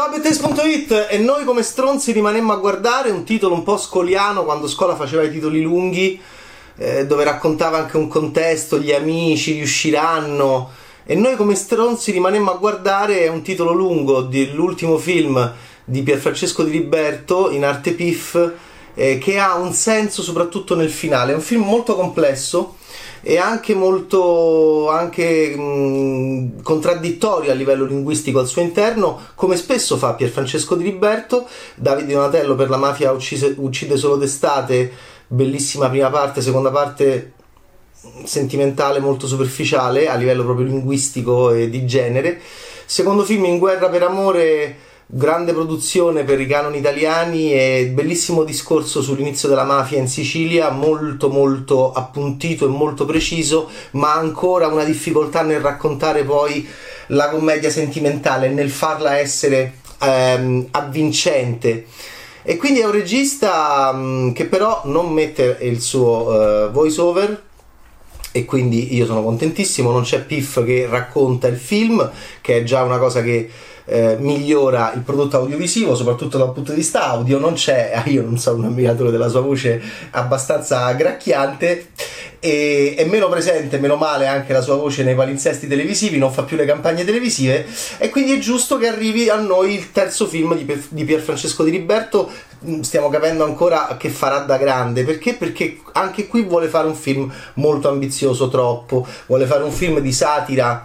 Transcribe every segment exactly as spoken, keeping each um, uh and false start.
Ciao Bettes punto it, e noi come stronzi rimanemmo a guardare un titolo un po' scoliano quando scuola faceva i titoli lunghi, eh, dove raccontava anche un contesto, gli amici riusciranno, e noi come stronzi rimanemmo a guardare un titolo lungo dell'ultimo film di Pierfrancesco Di Liberto in arte P I F, eh, che ha un senso soprattutto nel finale. È un film molto complesso e anche molto anche mh, contraddittorio a livello linguistico al suo interno, come spesso fa Pierfrancesco Di Liberto. Davide Donatello per La mafia uccise, uccide solo d'estate, bellissima prima parte, seconda parte sentimentale, molto superficiale a livello proprio linguistico e di genere. Secondo film, In guerra per amore, grande produzione per i canoni italiani e bellissimo discorso sull'inizio della mafia in Sicilia, molto molto appuntito e molto preciso, ma ancora una difficoltà nel raccontare poi la commedia sentimentale, nel farla essere ehm, avvincente. E quindi è un regista mh, che però non mette il suo uh, voice over, e quindi io sono contentissimo. Non c'è Piff che racconta il film, che è già una cosa che Eh, migliora il prodotto audiovisivo, soprattutto dal punto di vista audio. Non c'è, io non sono un ammiratore della sua voce abbastanza gracchiante, e è meno presente, meno male, anche la sua voce nei palinsesti televisivi, non fa più le campagne televisive, e quindi è giusto che arrivi a noi il terzo film di, Pier, di Pierfrancesco Di Liberto. Stiamo capendo ancora che farà da grande, perché? Perché anche qui vuole fare un film molto ambizioso, troppo, vuole fare un film di satira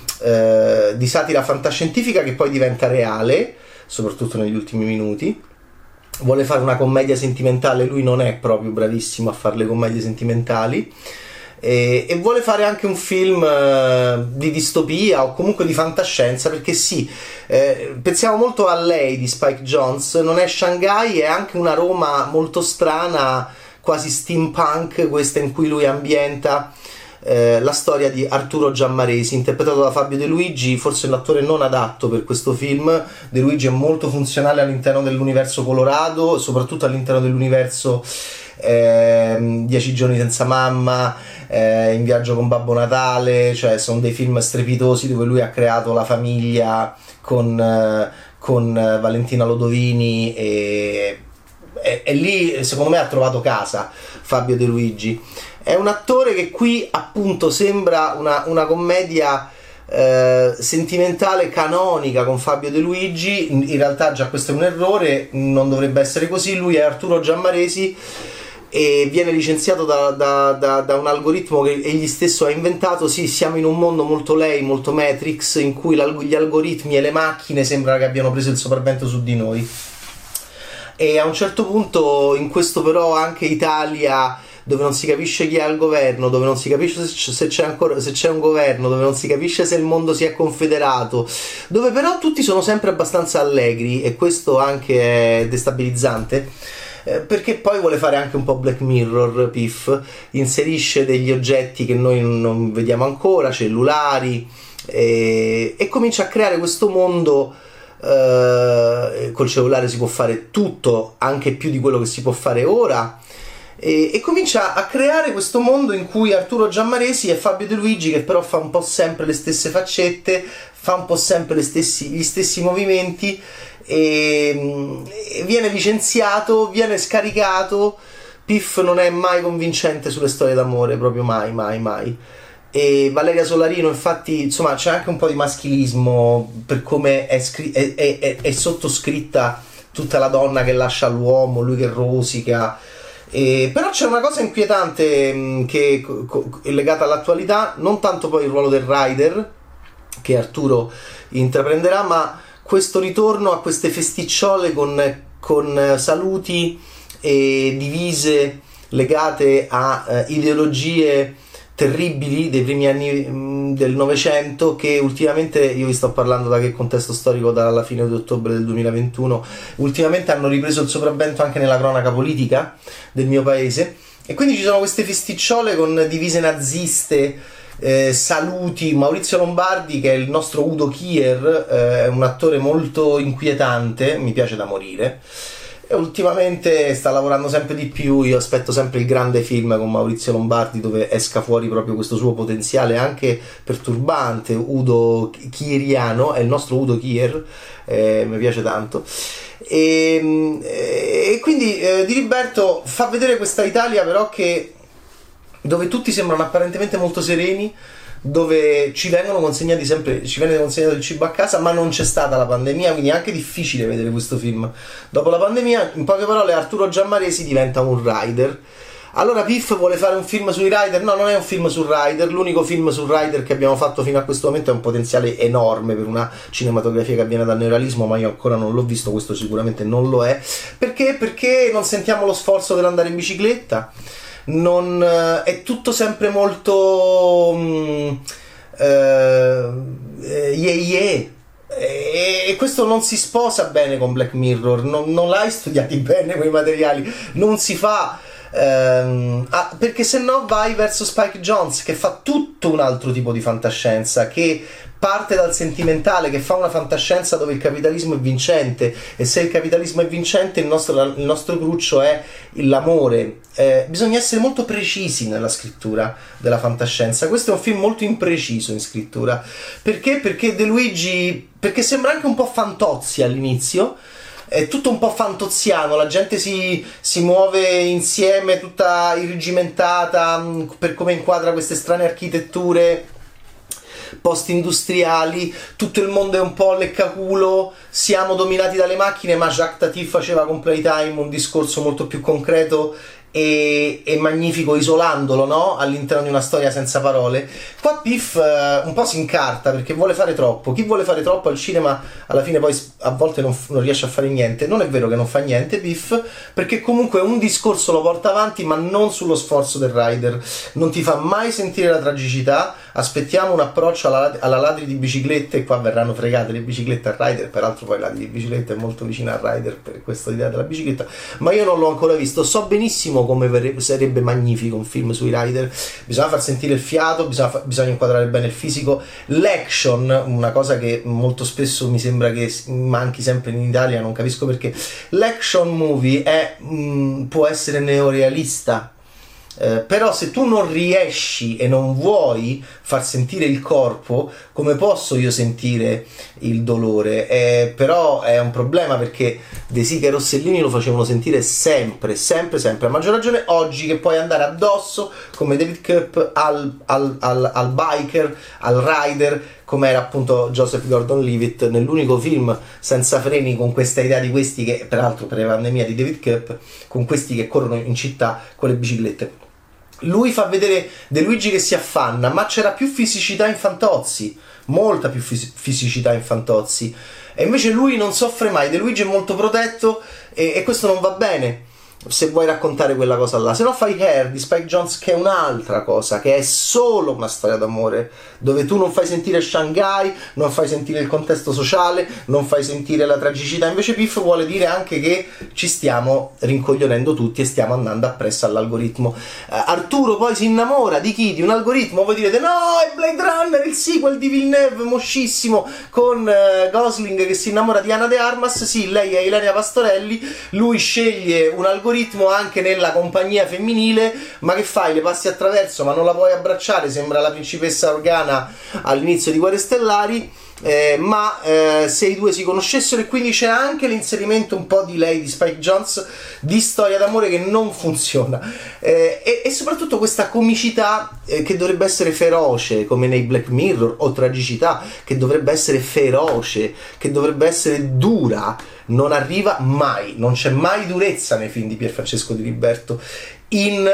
Eh, di satira fantascientifica che poi diventa reale, soprattutto negli ultimi minuti. Vuole fare una commedia sentimentale, lui non è proprio bravissimo a fare le commedie sentimentali, e, e vuole fare anche un film eh, di distopia o comunque di fantascienza, perché sì, eh, pensiamo molto a Lei di Spike Jonze. Non è Shanghai, è anche una Roma molto strana, quasi steampunk, questa in cui lui ambienta Eh, la storia di Arturo Giammaresi, interpretato da Fabio De Luigi, forse l'attore non adatto per questo film. De Luigi è molto funzionale all'interno dell'universo Colorado, soprattutto all'interno dell'universo eh, Dieci giorni senza mamma, eh, In viaggio con Babbo Natale, cioè sono dei film strepitosi dove lui ha creato la famiglia con, eh, con Valentina Lodovini, e, e, e lì secondo me ha trovato casa Fabio De Luigi. È un attore che qui appunto sembra una, una commedia eh, sentimentale canonica con Fabio De Luigi. In realtà già questo è un errore, non dovrebbe essere così. Lui è Arturo Giammaresi e viene licenziato da, da, da, da un algoritmo che egli stesso ha inventato. Sì, siamo in un mondo molto Lei, molto Matrix, in cui gli algoritmi e le macchine sembra che abbiano preso il sopravvento su di noi. E a un certo punto, in questo però anche Italia, dove non si capisce chi è al governo, dove non si capisce se c'è ancora se c'è un governo, dove non si capisce se il mondo si è confederato, dove però tutti sono sempre abbastanza allegri, e questo anche è destabilizzante, eh, perché poi vuole fare anche un po' Black Mirror. Piff inserisce degli oggetti che noi non vediamo ancora, cellulari, e, e comincia a creare questo mondo. Uh, col cellulare si può fare tutto, anche più di quello che si può fare ora, e, e comincia a creare questo mondo in cui Arturo Giammaresi e Fabio De Luigi, che però fa un po' sempre le stesse faccette, fa un po' sempre le stessi, gli stessi movimenti, e, e viene licenziato, viene scaricato. Piff non è mai convincente sulle storie d'amore, proprio mai, mai, mai. E Valeria Solarino, infatti, insomma, c'è anche un po' di maschilismo per come è, scri- è, è, è sottoscritta tutta la donna che lascia l'uomo, lui che rosica. E, però c'è una cosa inquietante mh, che co- è legata all'attualità, non tanto poi il ruolo del rider che Arturo intraprenderà, ma questo ritorno a queste festicciole con, con saluti e divise legate a eh, ideologie terribili dei primi anni mh, del Novecento, che ultimamente, io vi sto parlando da che contesto storico, dalla fine di ottobre del duemilaventuno, ultimamente hanno ripreso il sopravvento anche nella cronaca politica del mio paese, e quindi ci sono queste festicciole con divise naziste, eh, saluti. Maurizio Lombardi, che è il nostro Udo Kier, eh, è un attore molto inquietante, mi piace da morire. e ultimamente sta lavorando sempre di più. Io aspetto sempre il grande film con Maurizio Lombardi dove esca fuori proprio questo suo potenziale anche perturbante. Udo Chieriano è il nostro Udo Kier, eh, mi piace tanto. E, e quindi eh, Diliberto fa vedere questa Italia però che dove tutti sembrano apparentemente molto sereni, dove ci vengono consegnati sempre, ci viene consegnato il cibo a casa, ma non c'è stata la pandemia, quindi è anche difficile vedere questo film. Dopo la pandemia, in poche parole, Arturo Giammaresi diventa un rider. Allora Piff vuole fare un film sui rider? No, non è un film sul rider, l'unico film sul rider che abbiamo fatto fino a questo momento è un potenziale enorme per una cinematografia che avviene dal neorealismo, ma io ancora non l'ho visto, questo sicuramente non lo è. Perché? Perché non sentiamo lo sforzo dell'andare in bicicletta. Non uh, è tutto sempre molto um, uh, yeah, yeah. E, e questo non si sposa bene con Black Mirror, non, non l'hai studiati bene quei materiali, non si fa um, ah, perché se no vai verso Spike Jonze che fa tutto un altro tipo di fantascienza, che parte dal sentimentale, che fa una fantascienza dove il capitalismo è vincente, e se il capitalismo è vincente il nostro, il nostro cruccio è l'amore. Eh, bisogna essere molto precisi nella scrittura della fantascienza. Questo è un film molto impreciso in scrittura. Perché? Perché De Luigi, perché sembra anche un po' Fantozzi all'inizio, è tutto un po' fantoziano, la gente si, si muove insieme tutta irrigimentata per come inquadra queste strane architetture post-industriali, tutto il mondo è un po' leccaculo, siamo dominati dalle macchine, ma Jacques Tati faceva con Playtime un discorso molto più concreto e, e magnifico, isolandolo, no? All'interno di una storia senza parole. Qua Piff eh, un po' si incarta perché vuole fare troppo. Chi vuole fare troppo al cinema alla fine poi a volte non, non riesce a fare niente. Non è vero che non fa niente Piff, perché comunque un discorso lo porta avanti, ma non sullo sforzo del rider, non ti fa mai sentire la tragicità. Aspettiamo un approccio alla, alla ladri di biciclette, e qua verranno fregate le biciclette al rider, peraltro poi ladri di biciclette è molto vicino al rider per questa idea della bicicletta, ma io non l'ho ancora visto. So benissimo come verrebbe, sarebbe magnifico un film sui rider. Bisogna far sentire il fiato, bisogna, fa, bisogna inquadrare bene il fisico, l'action, una cosa che molto spesso mi sembra che manchi sempre in Italia, non capisco perché. L'action movie è, mh, può essere neorealista, Eh, però se tu non riesci e non vuoi far sentire il corpo, come posso io sentire il dolore? Eh, però è un problema, perché De Sica e Rossellini lo facevano sentire sempre, sempre, sempre. A maggior ragione oggi, che puoi andare addosso come David Koepp al, al, al, al biker, al rider, come era appunto Joseph Gordon-Levitt nell'unico film senza freni, con questa idea di questi che, peraltro pre-pandemia di David Koepp, con questi che corrono in città con le biciclette. Lui fa vedere De Luigi che si affanna, ma c'era più fisicità in Fantozzi, molta più fis- fisicità in Fantozzi, e invece lui non soffre mai. De Luigi è molto protetto e, e questo non va bene se vuoi raccontare quella cosa là. Se no fai Hair di Spike Jonze, che è un'altra cosa, che è solo una storia d'amore, dove tu non fai sentire Shanghai, non fai sentire il contesto sociale, non fai sentire la tragicità. Invece Piff vuole dire anche che ci stiamo rincoglionendo tutti e stiamo andando appresso all'algoritmo. uh, Arturo poi si innamora di chi? Di un algoritmo. Voi direte no, è Blade Runner, il sequel di Villeneuve, moscissimo, con uh, Gosling che si innamora di Ana de Armas. Sì, lei è Ilenia Pastorelli, lui sceglie un algoritmo anche nella compagnia femminile, ma che fai? Le passi attraverso, ma non la puoi abbracciare, sembra la principessa Organa all'inizio di Guerre Stellari. Eh, ma eh, se i due si conoscessero, e quindi c'è anche l'inserimento un po' di lei, di Spike Jonze, di storia d'amore che non funziona, eh, e, e soprattutto questa comicità eh, che dovrebbe essere feroce come nei Black Mirror, o tragicità che dovrebbe essere feroce, che dovrebbe essere dura, non arriva mai, non c'è mai durezza nei film di Pierfrancesco Diliberto. In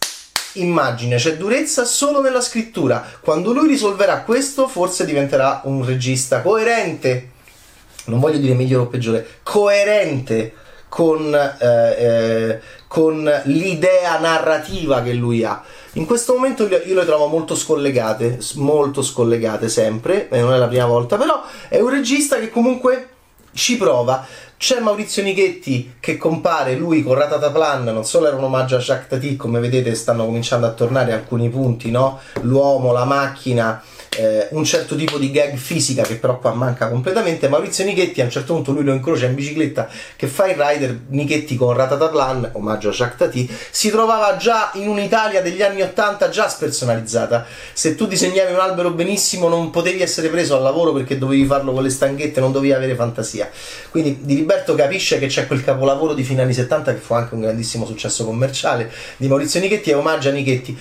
immagine c'è durezza solo nella scrittura. Quando lui risolverà questo, forse diventerà un regista coerente, non voglio dire migliore o peggiore, coerente con, eh, eh, con l'idea narrativa che lui ha. In questo momento io le trovo molto scollegate, molto scollegate sempre, e non è la prima volta, però è un regista che comunque ci prova. C'è Maurizio Nichetti che compare, lui con Ratataplan, non solo era un omaggio a Jacques Tati, come vedete stanno cominciando a tornare alcuni punti, no? L'uomo, la macchina, eh, un certo tipo di gag fisica che però qua manca completamente. Maurizio Nichetti a un certo punto lui lo incrocia in bicicletta che fa il rider. Nichetti con Ratataplan, omaggio a Jacques Tati, si trovava già in un'Italia degli anni ottanta già spersonalizzata. Se tu disegnavi un albero benissimo non potevi essere preso al lavoro perché dovevi farlo con le stanghette, non dovevi avere fantasia. Quindi Di Liberto capisce che c'è quel capolavoro di fine anni settanta che fu anche un grandissimo successo commerciale di Maurizio Nichetti e omaggia a Nichetti.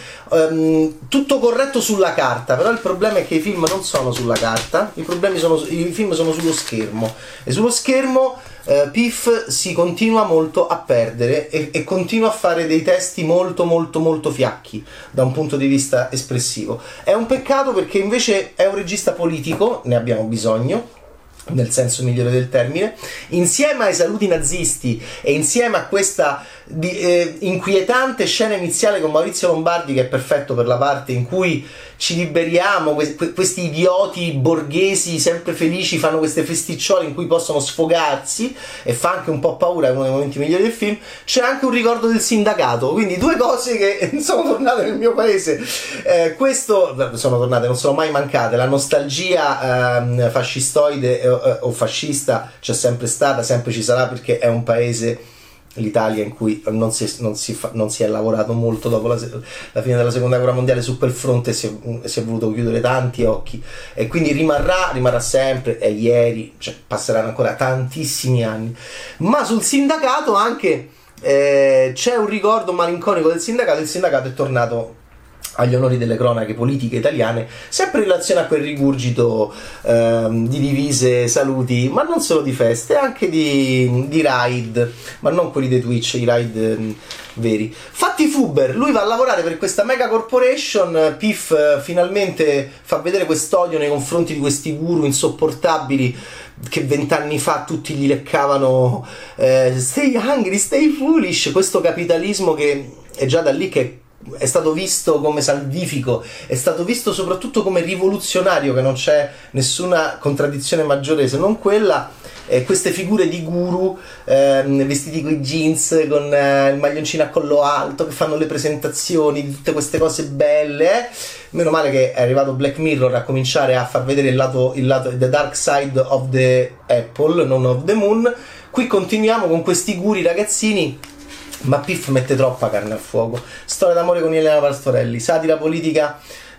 Um, tutto corretto sulla carta, però il problema è che i film non sono sulla carta, i, problemi sono, i film sono sullo schermo, e sullo schermo eh, Piff si continua molto a perdere e, e continua a fare dei testi molto molto molto fiacchi da un punto di vista espressivo. È un peccato perché invece è un regista politico, ne abbiamo bisogno nel senso migliore del termine, insieme ai saluti nazisti e insieme a questa di, eh, inquietante scena iniziale con Maurizio Lombardi, che è perfetto per la parte in cui ci liberiamo, que- questi idioti borghesi sempre felici fanno queste festicciole in cui possono sfogarsi e fa anche un po' paura, è uno dei momenti migliori del film. C'è anche un ricordo del sindacato, quindi due cose che sono tornate nel mio paese. Eh, questo sono tornate, non sono mai mancate. La nostalgia eh, fascistoide eh, o fascista c'è sempre stata, sempre ci sarà, perché è un paese, l'Italia, in cui non si, non si, fa, non si è lavorato molto dopo la, la fine della seconda guerra mondiale su quel fronte, si è, si è voluto chiudere tanti occhi e quindi rimarrà, rimarrà sempre, è ieri, cioè passeranno ancora tantissimi anni. Ma sul sindacato anche eh, c'è un ricordo malinconico del sindacato. Il sindacato è tornato agli onori delle cronache politiche italiane, sempre in relazione a quel rigurgito ehm, di divise, saluti, ma non solo di feste, anche di, di raid, ma non quelli dei Twitch, i raid ehm, veri. Fatti Fuber, lui va a lavorare per questa mega corporation. Piff eh, finalmente fa vedere quest'odio nei confronti di questi guru insopportabili che vent'anni fa tutti gli leccavano eh, stay hungry, stay foolish, questo capitalismo che è già da lì che è stato visto come salvifico, è stato visto soprattutto come rivoluzionario, che non c'è nessuna contraddizione maggiore se non quella. Eh, queste figure di guru ehm, vestiti con i jeans, con eh, il maglioncino a collo alto, che fanno le presentazioni di tutte queste cose belle, eh? Meno male che è arrivato Black Mirror a cominciare a far vedere il lato, il lato the dark side of the apple, non of the moon. Qui continuiamo con questi guri ragazzini, ma Piff mette troppa carne al fuoco. Storia d'amore con Elena Pastorelli, satira politica,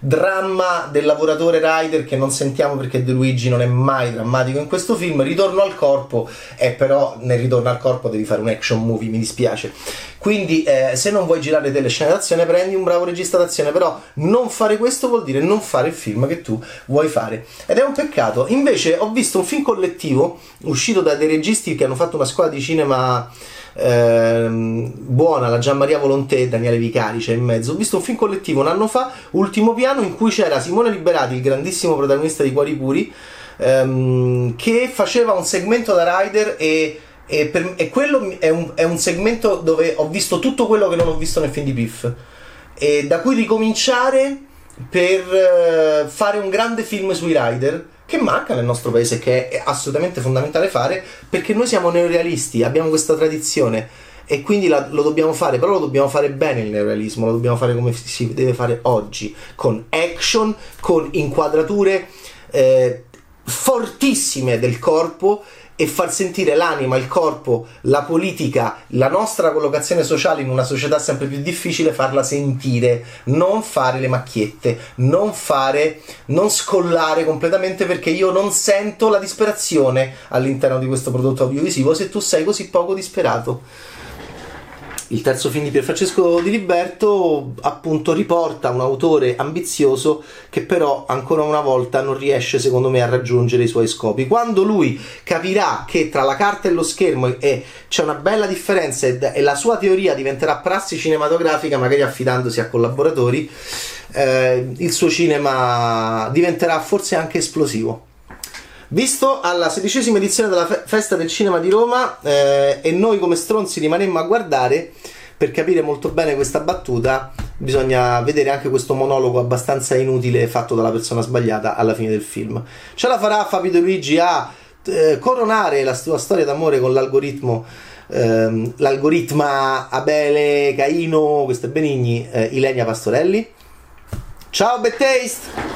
dramma del lavoratore rider che non sentiamo perché De Luigi non è mai drammatico in questo film. Ritorno al corpo, e eh, però nel ritorno al corpo devi fare un action movie, mi dispiace. Quindi eh, se non vuoi girare delle scene d'azione prendi un bravo regista d'azione, però non fare questo vuol dire non fare il film che tu vuoi fare, ed è un peccato. Invece ho visto un film collettivo uscito da dei registi che hanno fatto una scuola di cinema Ehm, buona, la Gianmaria Volonté e Daniele Vicari c'è in mezzo. Ho visto un film collettivo un anno fa, Ultimo Piano, in cui c'era Simone Liberati, il grandissimo protagonista di Cuori Puri, ehm, che faceva un segmento da rider, e, e, per, e quello è un, è un segmento dove ho visto tutto quello che non ho visto nel film di Piff, e da cui ricominciare per uh, fare un grande film sui rider, che manca nel nostro paese, che è assolutamente fondamentale fare, perché noi siamo neorealisti, abbiamo questa tradizione e quindi la, lo dobbiamo fare, però lo dobbiamo fare bene il neorealismo, lo dobbiamo fare come si deve fare oggi, con action, con inquadrature eh, fortissime del corpo, e far sentire l'anima, il corpo, la politica, la nostra collocazione sociale in una società sempre più difficile, farla sentire, non fare le macchiette, non fare, non scollare completamente, perché io non sento la disperazione all'interno di questo prodotto audiovisivo se tu sei così poco disperato. Il terzo film di Pierfrancesco Di Liberto appunto riporta un autore ambizioso che però ancora una volta non riesce, secondo me, a raggiungere i suoi scopi. Quando lui capirà che tra la carta e lo schermo e c'è una bella differenza e la sua teoria diventerà prassi cinematografica, magari affidandosi a collaboratori, eh, il suo cinema diventerà forse anche esplosivo. Visto alla sedicesima edizione della fe- Festa del Cinema di Roma, eh, e noi come stronzi rimanemmo a guardare, per capire molto bene questa battuta bisogna vedere anche questo monologo abbastanza inutile fatto dalla persona sbagliata alla fine del film. Ce la farà Fabio De Luigi a eh, coronare la tua storia d'amore con l'algoritmo, ehm, l'algoritma Abele Caino, questo è Benigni, eh, Ilenia Pastorelli. Ciao Bad Taste!